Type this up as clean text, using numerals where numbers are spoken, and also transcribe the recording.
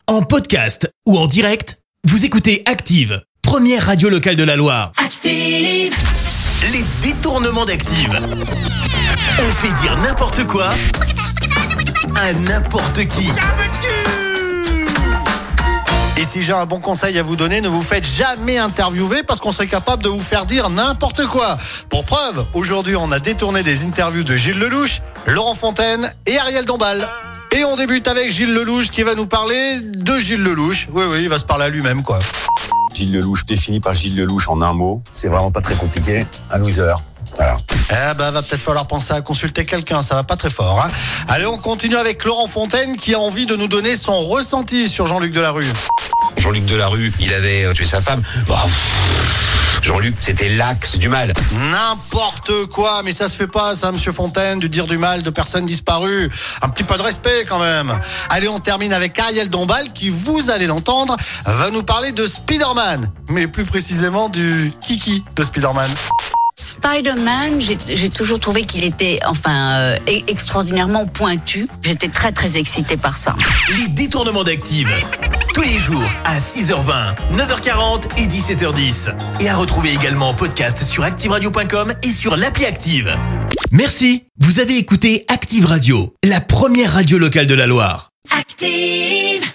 En podcast ou en direct, vous écoutez Active, première radio locale de la Loire. Active. Les détournements d'Active. On fait dire n'importe quoi à n'importe qui. Et si j'ai un bon conseil à vous donner, ne vous faites jamais interviewer parce qu'on serait capable de vous faire dire n'importe quoi. Pour preuve, aujourd'hui on a détourné des interviews de Gilles Lellouche, Laurent Fontaine et Ariel Dombal. Et on débute avec Gilles Lellouche qui va nous parler de Gilles Lellouche. Oui, il va se parler à lui-même, quoi. Gilles Lellouche, défini par Gilles Lellouche en un mot. C'est vraiment pas très compliqué, un loser. Voilà. Va peut-être falloir penser à consulter quelqu'un, ça va pas très fort. Hein. Allez, on continue avec Laurent Fontaine qui a envie de nous donner son ressenti sur Jean-Luc Delarue. Jean-Luc Delarue, il avait tué sa femme. Jean-Luc, c'était l'axe du mal. N'importe quoi, mais ça se fait pas, ça, monsieur Fontaine, de dire du mal de personnes disparues. Un petit peu de respect, quand même. Allez, on termine avec Ariel Dombal, qui, vous allez l'entendre, va nous parler de Spider-Man. Mais plus précisément du kiki de Spider-Man. Spider-Man, j'ai toujours trouvé qu'il était extraordinairement pointu. J'étais très très excitée par ça. Les détournements d'Active. Tous les jours à 6h20, 9h40 et 17h10. Et à retrouver également en podcast sur activeradio.com et sur l'appli Active. Merci. Vous avez écouté Active Radio, la première radio locale de la Loire. Active.